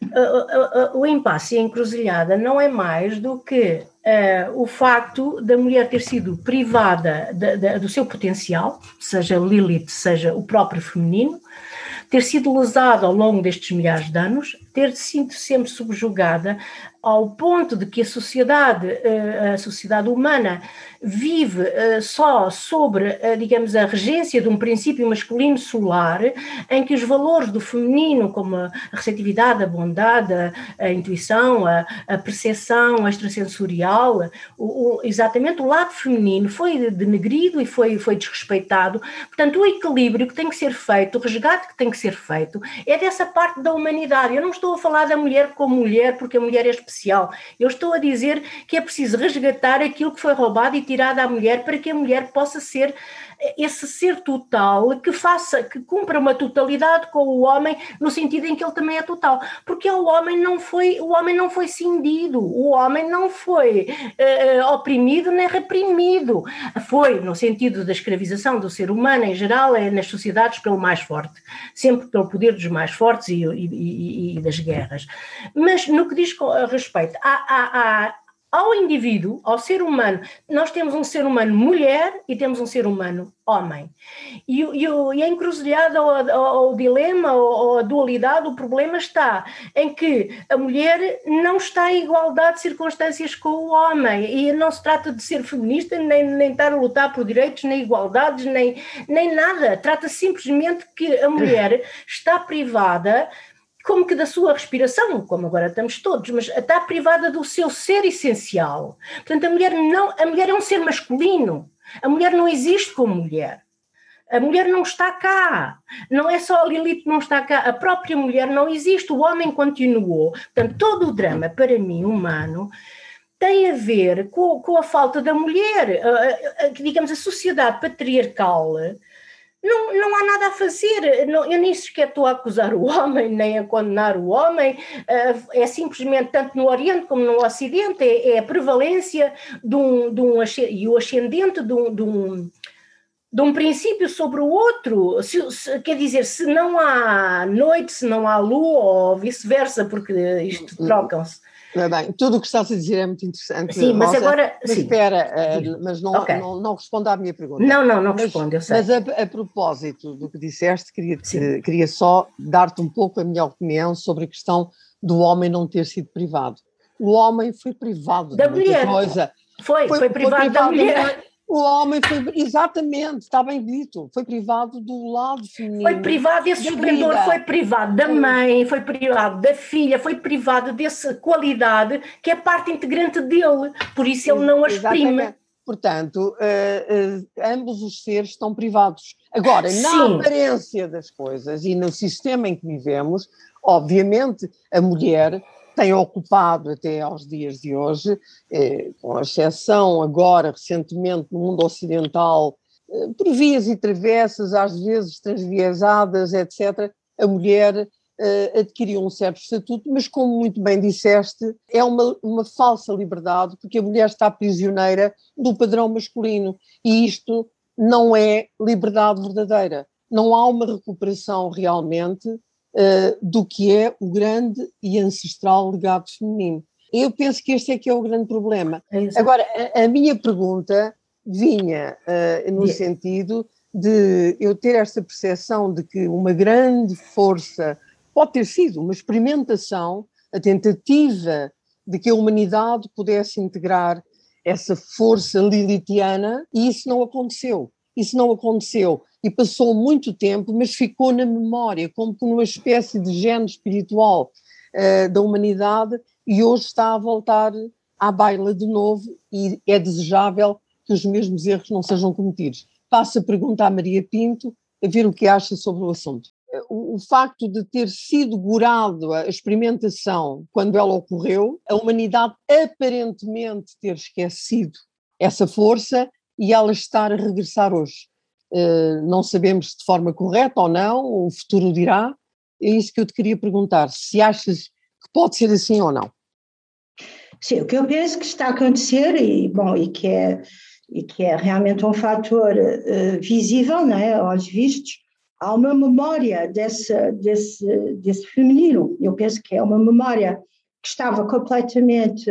O impasse e a encruzilhada não é mais do que o facto da mulher ter sido privada do seu potencial, seja Lilith, seja o próprio feminino, ter sido lesada ao longo destes milhares de anos, ter sido sempre subjugada ao ponto de que a sociedade humana vive só sobre, digamos, a regência de um princípio masculino solar, em que os valores do feminino, como a receptividade, a bondade, a intuição, a percepção, a extrasensorial, exatamente o lado feminino foi denegrido e foi desrespeitado. Portanto, o equilíbrio que tem que ser feito, o resgate que tem que ser feito, é dessa parte da humanidade. Eu não estou a falar da mulher como mulher, porque a mulher é especial. Eu estou a dizer que é preciso resgatar aquilo que foi roubado e tirado à mulher, para que a mulher possa ser esse ser total que cumpra uma totalidade com o homem, no sentido em que ele também é total, porque o homem não foi cindido, o homem não foi oprimido nem reprimido, foi no sentido da escravização do ser humano em geral, nas sociedades pelo mais forte, sempre pelo poder dos mais fortes e das guerras. Mas no que diz respeito ao indivíduo, ao ser humano, nós temos um ser humano mulher e temos um ser humano homem. E a encruzilhada ou o dilema ou a dualidade, o problema está em que a mulher não está em igualdade de circunstâncias com o homem, e não se trata de ser feminista, nem estar a lutar por direitos, nem igualdades, nem nada. Trata-se simplesmente que a mulher está privada como que da sua respiração, como agora estamos todos, mas está privada do seu ser essencial. Portanto, a mulher é um ser masculino. A mulher não existe como mulher. A mulher não está cá. Não é só a Lilith que não está cá. A própria mulher não existe. O homem continuou. Portanto, todo o drama, para mim, humano, tem a ver com a falta da mulher. Digamos, a sociedade patriarcal... Não há nada a fazer, eu nem sequer estou a acusar o homem, nem a condenar o homem, é simplesmente, tanto no Oriente como no Ocidente, é a prevalência e o ascendente de um princípio sobre o outro. Quer dizer, se não há noite, se não há lua, ou vice-versa, porque isto trocam-se. Bem, tudo o que estás a dizer é muito interessante. Sim, mas Rosa, agora... Mas sim. espera, mas não, Okay. não responda à minha pergunta. Não respondo, eu sei. Mas a propósito do que disseste, queria só dar-te um pouco a minha opinião sobre a questão do homem não ter sido privado. O homem foi privado da de muita mulher. coisa. Foi privado da mulher. O homem foi, exatamente, está bem dito, foi privado do lado feminino. Foi privado desse esplendor, foi privado da mãe, foi privado da filha, foi privado dessa qualidade que é parte integrante dele, por isso ele não a exprime. Exatamente. Portanto, ambos os seres estão privados. Agora, Sim. na aparência das coisas e no sistema em que vivemos, obviamente a mulher tem ocupado até aos dias de hoje, com exceção agora, recentemente, no mundo ocidental, por vias e travessas, às vezes transviesadas, etc., a mulher adquiriu um certo estatuto, mas como muito bem disseste, é uma falsa liberdade, porque a mulher está prisioneira do padrão masculino, e isto não é liberdade verdadeira. Não há uma recuperação realmente do que é o grande e ancestral legado feminino. Eu penso que este é que é o grande problema. Agora, a minha pergunta vinha no sentido de eu ter esta percepção de que uma grande força pode ter sido uma experimentação, a tentativa de que a humanidade pudesse integrar essa força lilithiana, e isso não aconteceu. Isso não aconteceu e passou muito tempo, mas ficou na memória, como numa espécie de gene espiritual da humanidade, e hoje está a voltar à baila de novo, e é desejável que os mesmos erros não sejam cometidos. Passo a pergunta à Maria Pinto, a ver o que acha sobre o assunto. O facto de ter sido gorado a experimentação quando ela ocorreu, a humanidade aparentemente ter esquecido essa força e ela estar a regressar hoje. Não sabemos de forma correta ou não, o futuro dirá. É isso que eu te queria perguntar, se achas que pode ser assim ou não. Sim, o que eu penso que está a acontecer, e que é realmente um fator visível, não é, olhos vistos, há uma memória desse feminino. Eu penso que é uma memória que estava completamente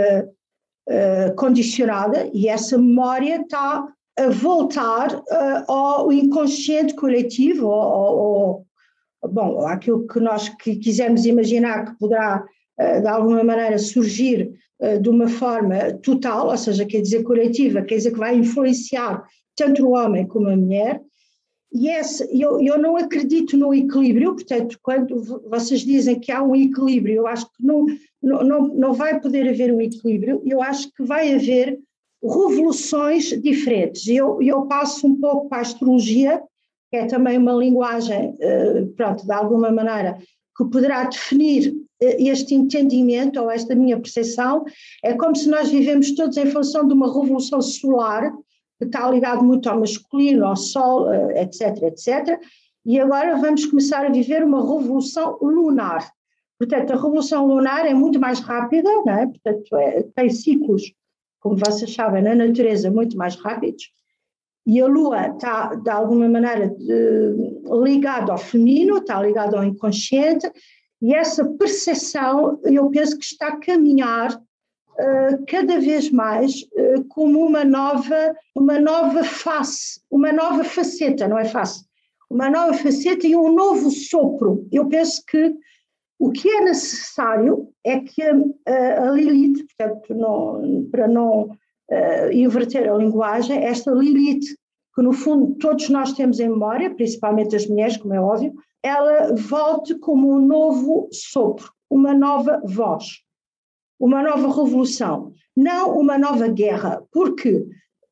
condicionada, e essa memória está a voltar ao inconsciente coletivo, àquilo que nós quisermos imaginar que poderá, de alguma maneira, surgir de uma forma total, ou seja, quer dizer coletiva, quer dizer que vai influenciar tanto o homem como a mulher. E eu não acredito no equilíbrio, portanto, quando vocês dizem que há um equilíbrio, eu acho que não vai poder haver um equilíbrio, eu acho que vai haver revoluções diferentes. Eu passo um pouco para a astrologia, que é também uma linguagem, de alguma maneira, que poderá definir este entendimento ou esta minha percepção. É como se nós vivemos todos em função de uma revolução solar, que está ligado muito ao masculino, ao sol, etc, etc, e agora vamos começar a viver uma revolução lunar. Portanto, a revolução lunar é muito mais rápida, não é? Portanto, tem ciclos, como vocês sabem, na natureza, muito mais rápidos, e a Lua está, de alguma maneira, ligada ao feminino, está ligada ao inconsciente, e essa percepção, eu penso que está a caminhar cada vez mais como uma nova face, uma nova faceta, não é face, uma nova faceta e um novo sopro. Eu penso que o que é necessário é que a Lilith, portanto, para não inverter a linguagem, esta Lilith, que no fundo todos nós temos em memória, principalmente as mulheres, como é óbvio, ela volte como um novo sopro, uma nova voz, uma nova revolução, não uma nova guerra, porque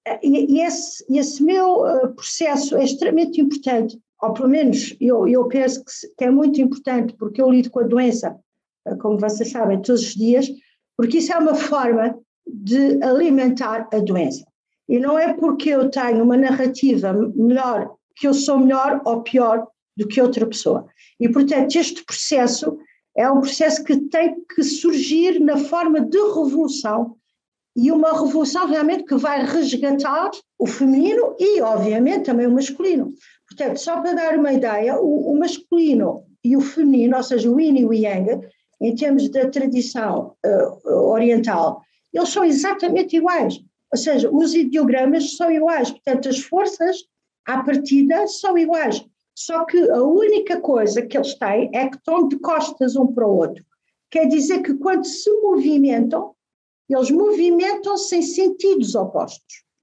esse meu processo é extremamente importante, ou pelo menos eu penso que é muito importante, porque eu lido com a doença, como vocês sabem, todos os dias, porque isso é uma forma de alimentar a doença. E não é porque eu tenho uma narrativa melhor, que eu sou melhor ou pior do que outra pessoa. E, portanto, este processo é um processo que tem que surgir na forma de revolução, e uma revolução realmente que vai resgatar o feminino e, obviamente, também o masculino. Portanto, só para dar uma ideia, o masculino e o feminino, ou seja, o yin e o yang, em termos da tradição oriental, eles são exatamente iguais. Ou seja, os ideogramas são iguais. Portanto, as forças, à partida, são iguais. Só que a única coisa que eles têm é que estão de costas um para o outro. Quer dizer que quando se movimentam, eles movimentam-se em sentidos opostos.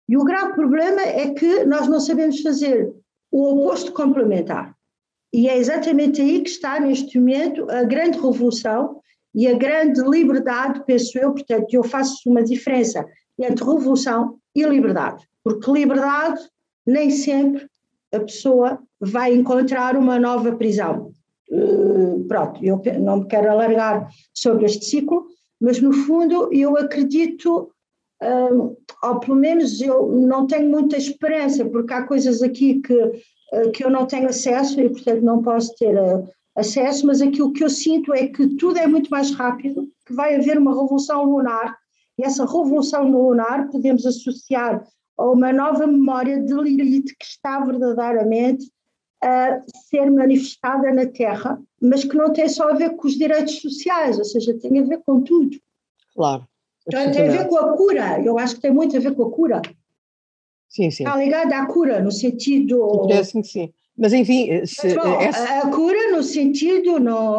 E o grave problema é que nós não sabemos fazer o oposto complementar. E é exatamente aí que está, neste momento, a grande revolução e a grande liberdade, penso eu. Portanto, eu faço uma diferença entre revolução e liberdade, porque liberdade nem sempre a pessoa vai encontrar uma nova prisão. Pronto, eu não me quero alargar sobre este ciclo, mas no fundo eu acredito, ou pelo menos eu não tenho muita esperança, porque há coisas aqui que eu não tenho acesso e portanto não posso ter acesso, mas aquilo que eu sinto é que tudo é muito mais rápido, que vai haver uma revolução lunar, e essa revolução lunar podemos associar a uma nova memória de Lilith que está verdadeiramente a ser manifestada na Terra, mas que não tem só a ver com os direitos sociais, ou seja, tem a ver com tudo. Claro. Então, tem a ver com a cura, eu acho que tem muito a ver com a cura. Sim, sim. Está ligada à cura, no sentido... Parece-me que sim. Mas, enfim... A cura no sentido,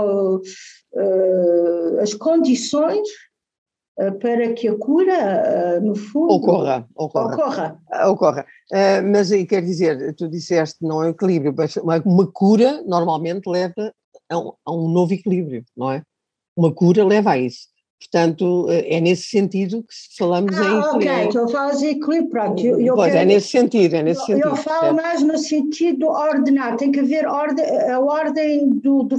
as condições para que a cura, no fundo... Ocorra. Mas, quer dizer, tu disseste não é equilíbrio, mas uma cura normalmente leva a um novo equilíbrio, não é? Uma cura leva a isso. Portanto, é nesse sentido que falamos em... Ok, então falas em equilíbrio, pronto. É nesse sentido. Eu falo mais no sentido ordenar, tem que haver a ordem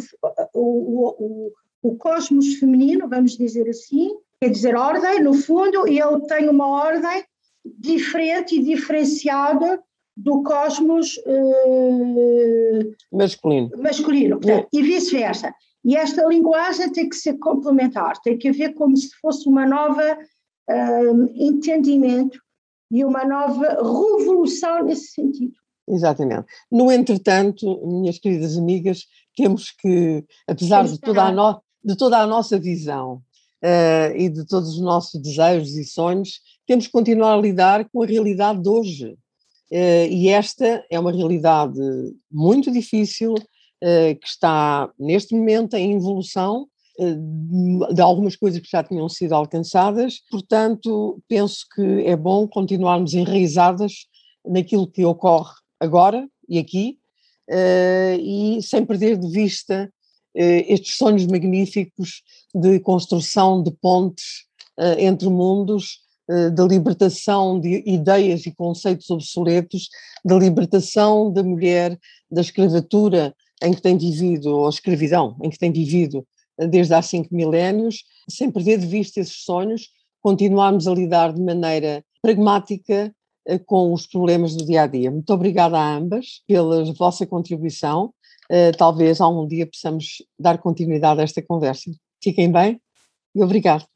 o cosmos feminino, vamos dizer assim, quer dizer ordem, no fundo, e ele tem uma ordem diferente e diferenciada do cosmos masculino. Portanto, e vice-versa. E esta linguagem tem que ser complementar, tem que haver como se fosse uma nova entendimento e uma nova revolução nesse sentido. Exatamente. No entretanto, minhas queridas amigas, temos que, apesar de toda a nossa visão e de todos os nossos desejos e sonhos, temos que continuar a lidar com a realidade de hoje. E esta é uma realidade muito difícil, que está neste momento em evolução de algumas coisas que já tinham sido alcançadas, portanto penso que é bom continuarmos enraizadas naquilo que ocorre agora e aqui e sem perder de vista estes sonhos magníficos de construção de pontes entre mundos, da libertação de ideias e conceitos obsoletos, da libertação da mulher da escravatura em que tem vivido, ou escravidão, em que tem vivido desde há 5 milénios, sem perder de vista esses sonhos, continuarmos a lidar de maneira pragmática com os problemas do dia-a-dia. Muito obrigada a ambas pela vossa contribuição. Talvez algum dia possamos dar continuidade a esta conversa. Fiquem bem e obrigado.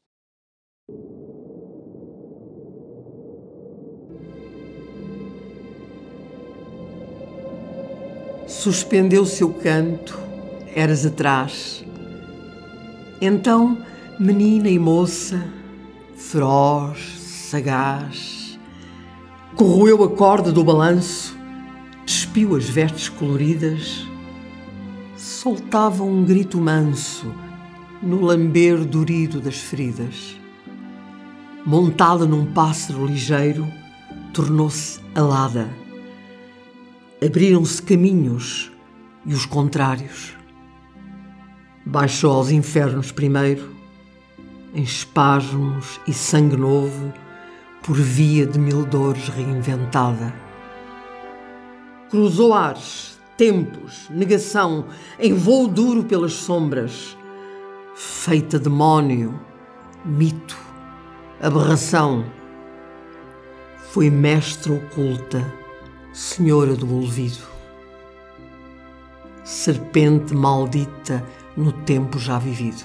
Suspendeu seu canto, eras atrás. Então, menina e moça, feroz, sagaz, corroeu a corda do balanço, despiu as vestes coloridas, soltava um grito manso no lamber dorido das feridas. Montada num pássaro ligeiro, tornou-se alada. Abriram-se caminhos e os contrários. Baixou aos infernos primeiro, em espasmos e sangue novo, por via de 1000 dores reinventada. Cruzou ares, tempos, negação, em voo duro pelas sombras, feita demónio, mito, aberração. Foi mestra oculta, senhora do olvido, serpente maldita no tempo já vivido.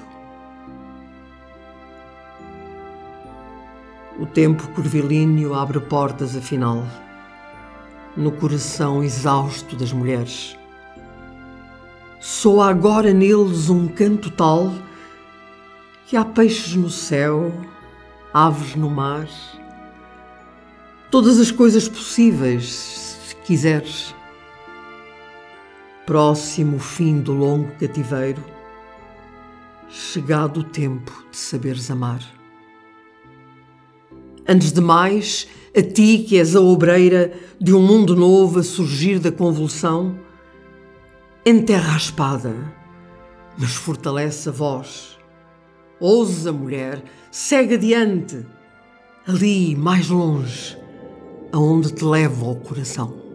O tempo curvilíneo abre portas afinal, no coração exausto das mulheres. Soa agora neles um canto tal que há peixes no céu, aves no mar, todas as coisas possíveis, se quiseres. Próximo o fim do longo cativeiro, chegado o tempo de saberes amar. Antes de mais, a ti que és a obreira de um mundo novo a surgir da convulsão, enterra a espada, mas fortalece a voz. Ousa, mulher, segue adiante, ali mais longe, aonde te leva o coração.